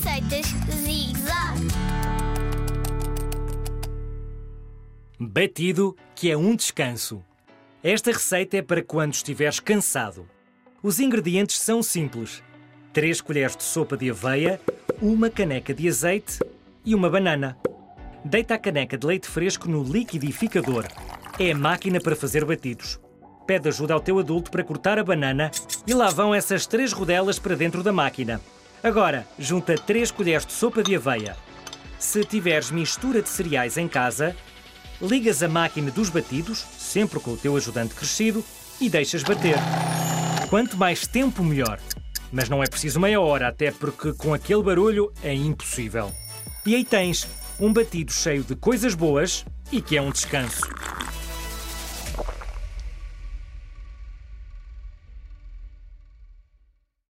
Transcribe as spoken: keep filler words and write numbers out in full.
receitas Zig-Zag. Batido, que é um descanso. Esta receita é para quando estiveres cansado. Os ingredientes são simples. três colheres de sopa de aveia, uma caneca de azeite e uma banana. Deita a caneca de leite fresco no liquidificador. É a máquina para fazer batidos. Pede ajuda ao teu adulto para cortar a banana e lá vão essas três rodelas para dentro da máquina. Agora, junta três colheres de sopa de aveia. Se tiveres mistura de cereais em casa, ligas a máquina dos batidos, sempre com o teu ajudante crescido, e deixas bater. Quanto mais tempo, melhor. Mas não é preciso meia hora, até porque com aquele barulho é impossível. E aí tens um batido cheio de coisas boas e que é um descanso.